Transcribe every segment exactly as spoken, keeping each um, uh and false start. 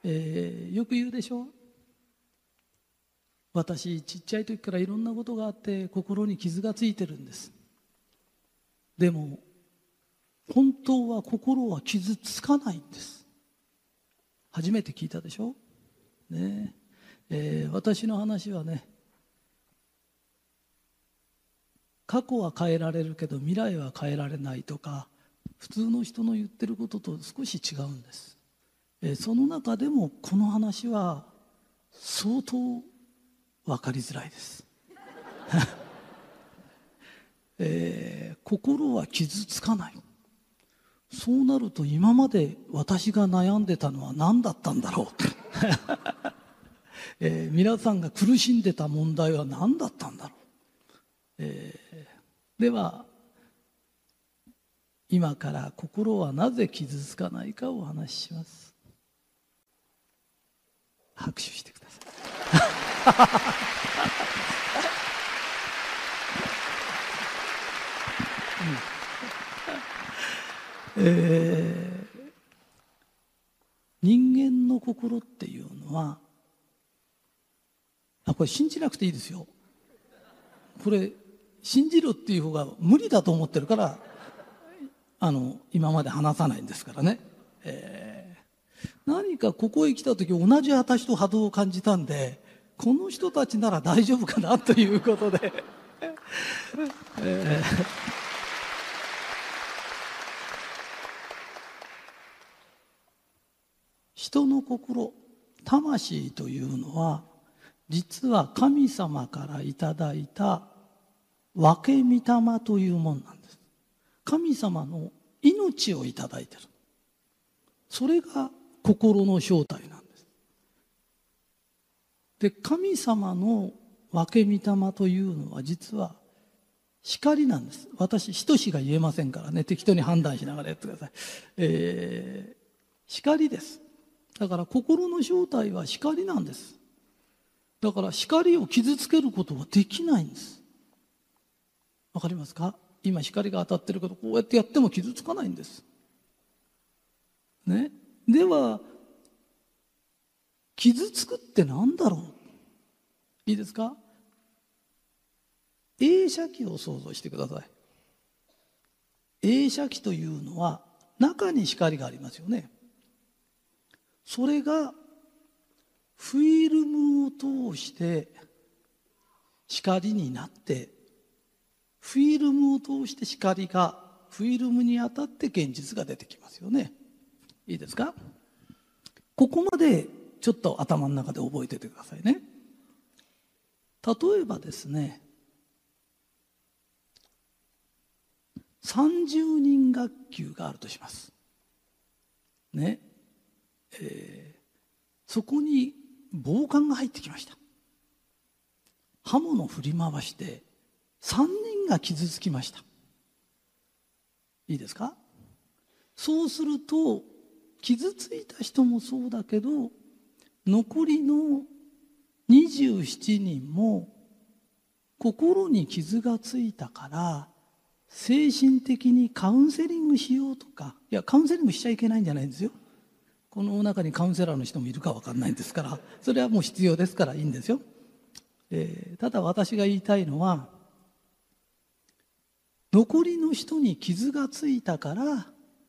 えー、よく言うでしょ。私ちっちゃい時からいろんなことがあって心に傷がついてるんです。でも本当は心は傷つかないんです。初めて聞いたでしょ、ねえー、私の話はね、過去は変えられるけど未来は変えられないとか、普通の人の言ってることと少し違うんです。えー、その中でもこの話は相当分かりづらいです、えー、心は傷つかない。そうなると今まで私が悩んでたのは何だったんだろう、えー、皆さんが苦しんでた問題は何だったんだろう、えー、では今から心はなぜ傷つかないかをお話しします。拍手してください、うん、えー、人間の心っていうのは、あ、これ信じなくていいですよ。これ信じろっていう方が無理だと思ってるからあの今まで話さないんですからね、えー、何かここへ来た時同じ私と波動を感じたんで、この人たちなら大丈夫かなということで、えー、人の心、魂というのは実は神様からいただいた分け御霊というものなんです。神様の命をいただいている。それが心の正体なんです。で、神様の分け御霊というのは実は光なんです。私一しが言えませんからね、適当に判断しながらやってください、えー、光です。だから心の正体は光なんです。だから光を傷つけることはできないんです。わかりますか？今光が当たってるけどこうやってやっても傷つかないんですね。では傷つくって何だろう。いいですか？映写機を想像してください。映写機というのは中に光がありますよね。それがフィルムを通して光になって、フィルムを通して光がフィルムに当たって現実が出てきますよね。いいですか？ここまでちょっと頭の中で覚えててくださいね。例えばですね、さんじゅうにん学級があるとしますね、えー、そこに暴漢が入ってきました。刃物を振り回してさんにんが傷つきました。いいですか？そうすると傷ついた人もそうだけど、残りのにじゅうななにんも心に傷がついたから精神的にカウンセリングしようとか、いやカウンセリングしちゃいけないんじゃないんですよ。この中にカウンセラーの人もいるか分かんないんですから、それはもう必要ですからいいんですよ、えー、ただ私が言いたいのは、残りの人に傷がついたから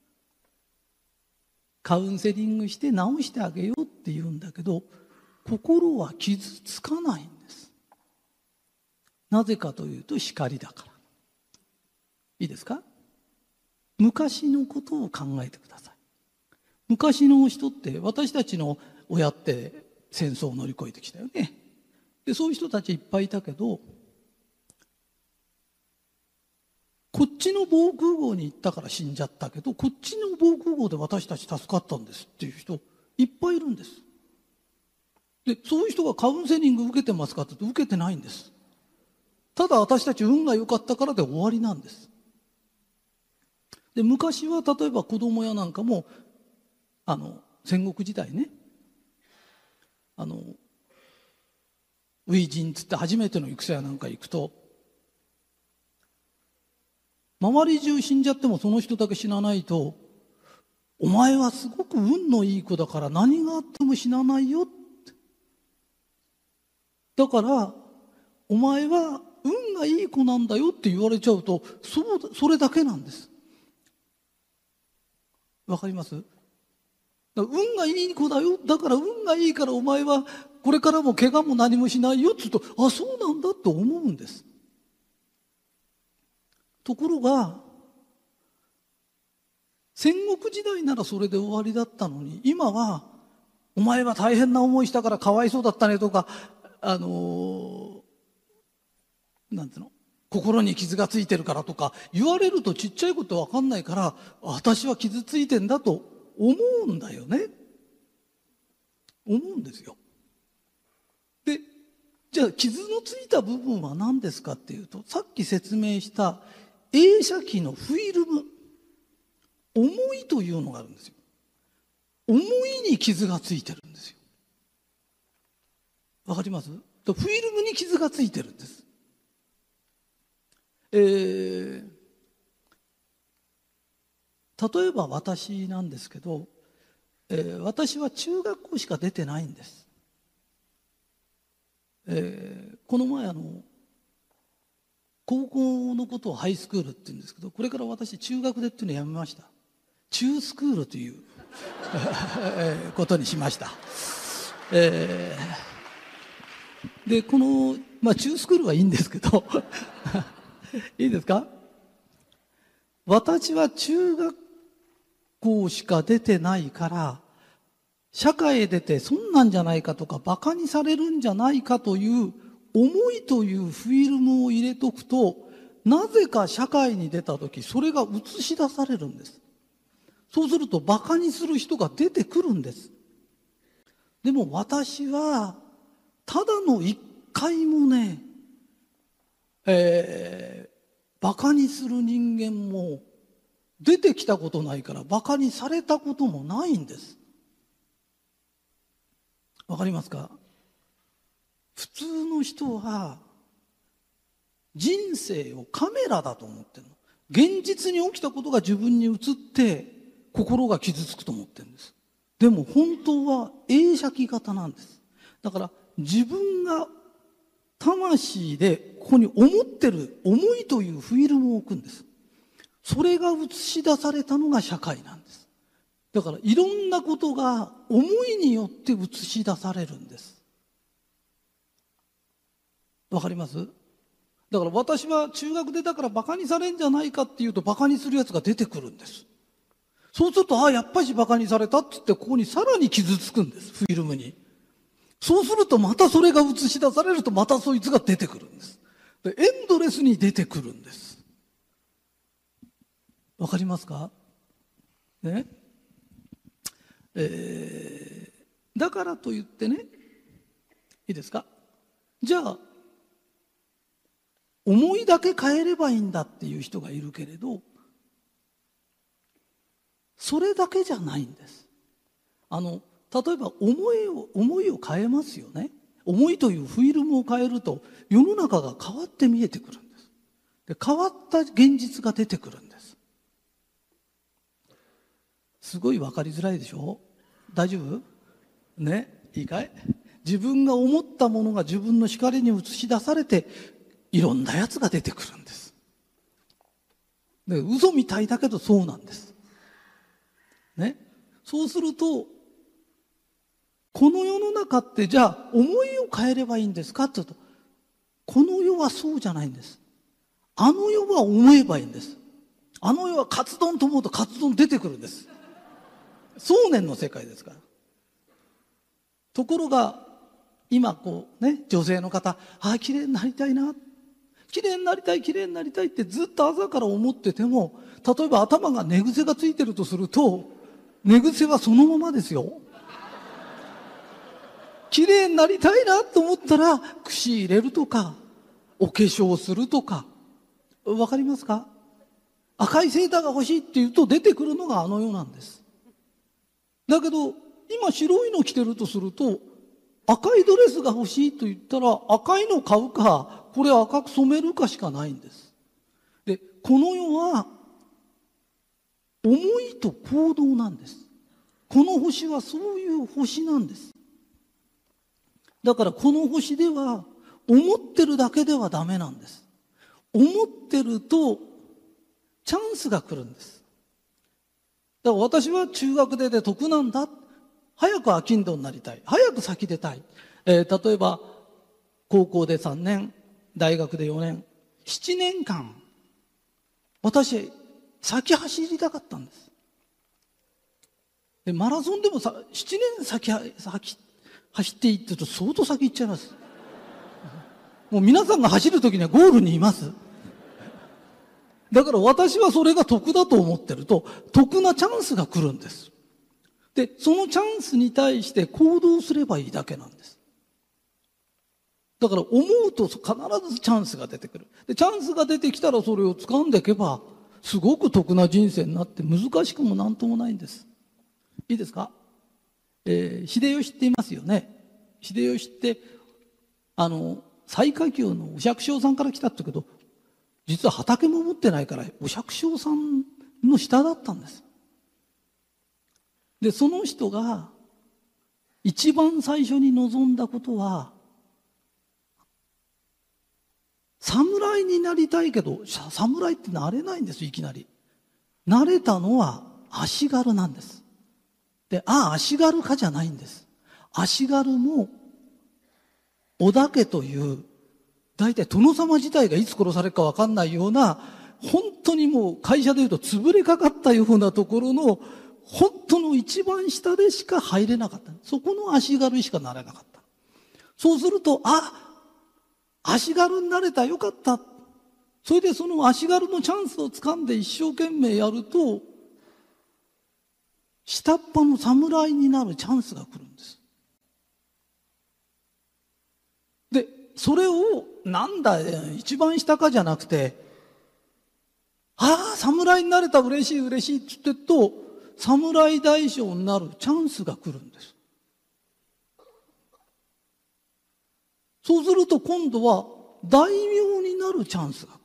カウンセリングして治してあげようって言うんだけど、心は傷つかないんです。なぜかというと光だから。いいですか？昔のことを考えてください。昔の人って、私たちの親って戦争を乗り越えてきたよね。でそういう人たちいっぱいいたけど、こっちの防空壕に行ったから死んじゃったけど、こっちの防空壕で私たち助かったんですっていう人いっぱいいるんです。でそういう人がカウンセリング受けてますかって言うと受けてないんです。ただ私たち運が良かったからで終わりなんです。で昔は例えば子供屋なんかもあの戦国時代ね、あの初陣つって初めての戦屋なんか行くと、周り中死んじゃってもその人だけ死なないとお前はすごく運のいい子だから何があっても死なないよって。だからお前は運がいい子なんだよって言われちゃうと、そうだ、それだけなんです。わかります？運がいい子だよ、だから運がいいからお前はこれからも怪我も何もしないよって言うと、あ、そうなんだと思うんです。ところが戦国時代ならそれで終わりだったのに、今はお前は大変な思いしたからかわいそうだったねとか、あのー、なんていうの、心に傷がついてるからとか言われると、ちっちゃいこと分かんないから、私は傷ついてんだと思うんだよね。思うんですよ。で、じゃあ傷のついた部分は何ですかっていうと、さっき説明した映写機のフィルム、思いというのがあるんですよ。思いに傷がついてるんですよ。わかります？フィルムに傷がついてるんです。えー、例えば私なんですけど、えー、私は中学校しか出てないんです。えー、この前あの高校のことをハイスクールって言うんですけど、これから私中学でっていうのをやめました。中スクールということにしました。えー、でこの、まあ、中スクールはいいんですけどいいですか？私は中学校しか出てないから、社会へ出てそんなんじゃないかとかバカにされるんじゃないかという思いというフィルムを入れとくと、なぜか社会に出た時それが映し出されるんです。そうするとバカにする人が出てくるんです。でも私はただの一回もね、えー、バカにする人間も出てきたことないから、バカにされたこともないんです。わかりますか？普通の人は人生をカメラだと思ってるの。現実に起きたことが自分に映って心が傷つくと思ってるんです。でも本当は映写機型なんです。だから自分が魂でここに思ってる思いというフィルムを置くんです。それが映し出されたのが社会なんです。だからいろんなことが思いによって映し出されるんです。わかります？だから私は中学出たからバカにされんじゃないかっていうと、バカにするやつが出てくるんです。そうすると、ああやっぱりバカにされたっつって、ここにさらに傷つくんです、フィルムに。そうするとまたそれが映し出されると、またそいつが出てくるんです。でエンドレスに出てくるんです。わかりますかね？えー、だからといってね、いいですか？じゃあ思いだけ変えればいいんだっていう人がいるけれど、それだけじゃないんです。あの例えば思いを思いを変えますよね。思いというフィルムを変えると世の中が変わって見えてくるんです。で変わった現実が出てくるんです。すごい分かりづらいでしょ？大丈夫？ね、いいかい？自分が思ったものが自分の光に映し出されて、いろんなやつが出てくるんです。で嘘みたいだけどそうなんです。ね、そうするとこの世の中ってじゃあ思いを変えればいいんですかって言うと、この世はそうじゃないんです。あの世は思えばいいんです。あの世はカツ丼と思うとカツ丼出てくるんです。想念の世界ですから。ところが今こうね、女性の方、ああ綺麗になりたいな、綺麗になりたい綺麗になりたいってずっと朝から思ってても、例えば頭が寝癖がついてるとすると、寝癖はそのままですよ。綺麗になりたいなと思ったら櫛入れるとかお化粧するとか、わかりますか？赤いセーターが欲しいって言うと出てくるのがあの世なんです。だけど今白いの着てるとすると、赤いドレスが欲しいと言ったら赤いの買うか、これ赤く染めるかしかないんです。でこの世は思いと行動なんです。この星はそういう星なんです。だからこの星では思ってるだけではダメなんです。思ってるとチャンスが来るんです。だから私は中学出て得なんだ。早く商人になりたい。早く先出たい。えー、例えば高校でさんねん、大学でよねん、ななねんかん私先走りたかったんです。でマラソンでもさななねん先先走っていってると相当先行っちゃいます。もう皆さんが走る時にはゴールにいます。だから私はそれが得だと思ってると得なチャンスが来るんです。でそのチャンスに対して行動すればいいだけなんです。だから思うと必ずチャンスが出てくる。でチャンスが出てきたらそれを掴んでいけばすごく得な人生になって難しくもなんともないんです。いいですか？えー、秀吉って言いますよね。秀吉ってあの最下級のお百姓さんから来たって言うけど実は畑も持ってないからお百姓さんの下だったんです。でその人が一番最初に望んだことは侍になりたいけど侍ってなれないんです。いきなりなれたのは足軽なんです。でああ足軽かじゃないんです。足軽も織田家という大体殿様自体がいつ殺されるか分かんないような本当にもう会社でいうと潰れかかったようなところの本当の一番下でしか入れなかった。そこの足軽しかなれなかった。そうするとあ足軽になれたよかった。それでその足軽のチャンスを掴んで一生懸命やると下っ端の侍になるチャンスが来るんです。でそれをなんだ一番下かじゃなくてああ侍になれた嬉しい嬉しいって言ってると侍大将になるチャンスが来るんです。そうすると今度は大名になるチャンスが来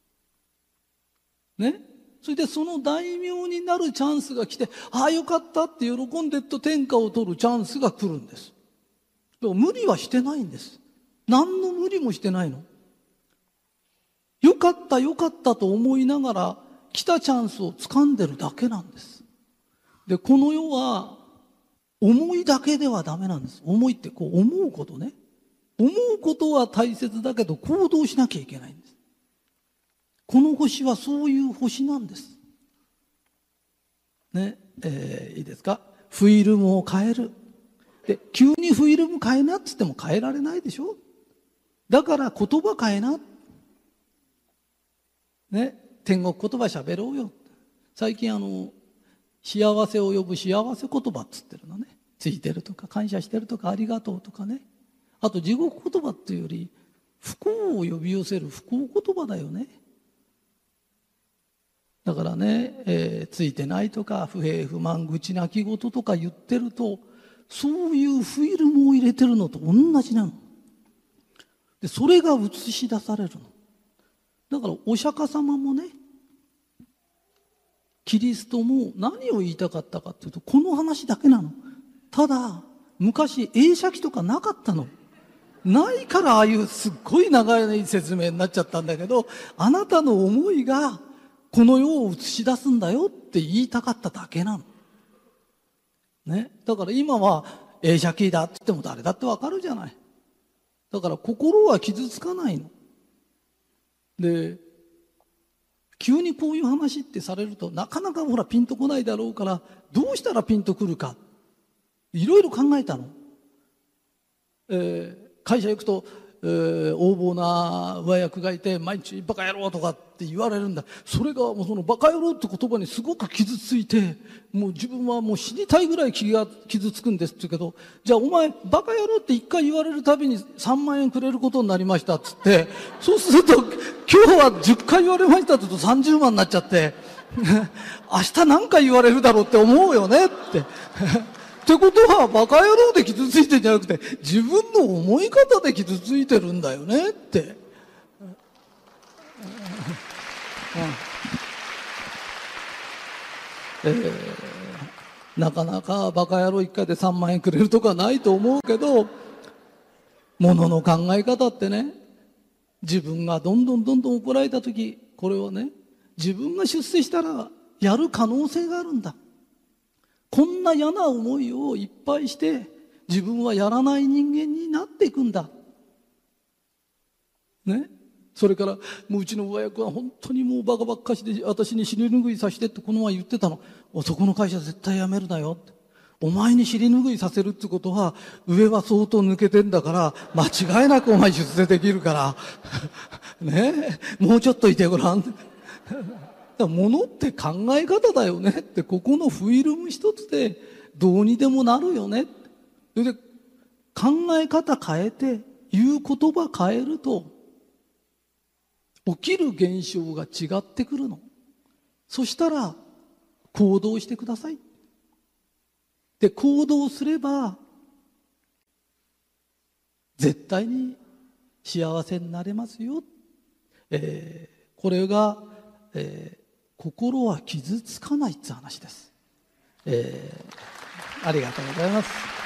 る。ね。それでその大名になるチャンスが来て、ああよかったって喜んでっと天下を取るチャンスが来るんです。でも無理はしてないんです。何の無理もしてないの。よかったよかったと思いながら来たチャンスを掴んでるだけなんです。で、この世は思いだけではダメなんです。思いってこう思うことね。思うことは大切だけど行動しなきゃいけないんです。この星はそういう星なんです。ね、えー、いいですか？フィルムを変える。で、急にフィルム変えなって言っても変えられないでしょ？だから言葉変えな。ね、天国言葉喋ろうよ。最近あの、幸せを呼ぶ幸せ言葉っつってるのね。ついてるとか感謝してるとかありがとうとかね。あと地獄言葉っていうより不幸を呼び寄せる不幸言葉だよね。だからね、えー、ついてないとか不平不満愚痴泣き言とか言ってるとそういうフィルムを入れてるのと同じなの。でそれが映し出されるの。だからお釈迦様もねキリストも何を言いたかったかっていうとこの話だけなの。ただ昔映写機とかなかったの。ないからああいうすっごい長い説明になっちゃったんだけどあなたの思いがこの世を映し出すんだよって言いたかっただけなの。ね。だから今は映写機だって言っても誰だってわかるじゃない。だから心は傷つかないの。で、急にこういう話ってされるとなかなかほらピンとこないだろうからどうしたらピンとくるかいろいろ考えたの。えー会社行くと、えー、横暴な上役がいて毎日バカ野郎とかって言われるんだ。それがもうそのバカ野郎って言葉にすごく傷ついてもう自分はもう死にたいぐらい気が傷つくんですって言うけどじゃあお前バカ野郎って一回言われるたびにさんまんえんくれることになりましたっつってそうすると今日はじゅっかい言われましたって言うとさんじゅうまんになっちゃって明日何回言われるだろうって思うよねってってことはバカ野郎で傷ついてんじゃなくて自分の思い方で傷ついてるんだよねって、うんうん、 えー、なかなかバカ野郎一回でさんまんえんくれるとかないと思うけど、ものの考え方ってね、自分がどんどんどんどん怒られた時、これをね、自分が出世したらやる可能性があるんだ。こんな嫌な思いをいっぱいして自分はやらない人間になっていくんだね。それからもううちの上役は本当にもうバカばっかしで私に尻拭いさせてってこの前言ってたの。そこの会社絶対辞めるなよって。お前に尻拭いさせるってことは上は相当抜けてんだから間違いなくお前出世できるからねえ、もうちょっといてごらんものって考え方だよねって、ここのフィルム一つでどうにでもなるよね。それで考え方変えて言う言葉変えると起きる現象が違ってくるの。そしたら行動してください。で、行動すれば絶対に幸せになれますよ。えー、これが、えー、心は傷つかないって話です。えー、ありがとうございます。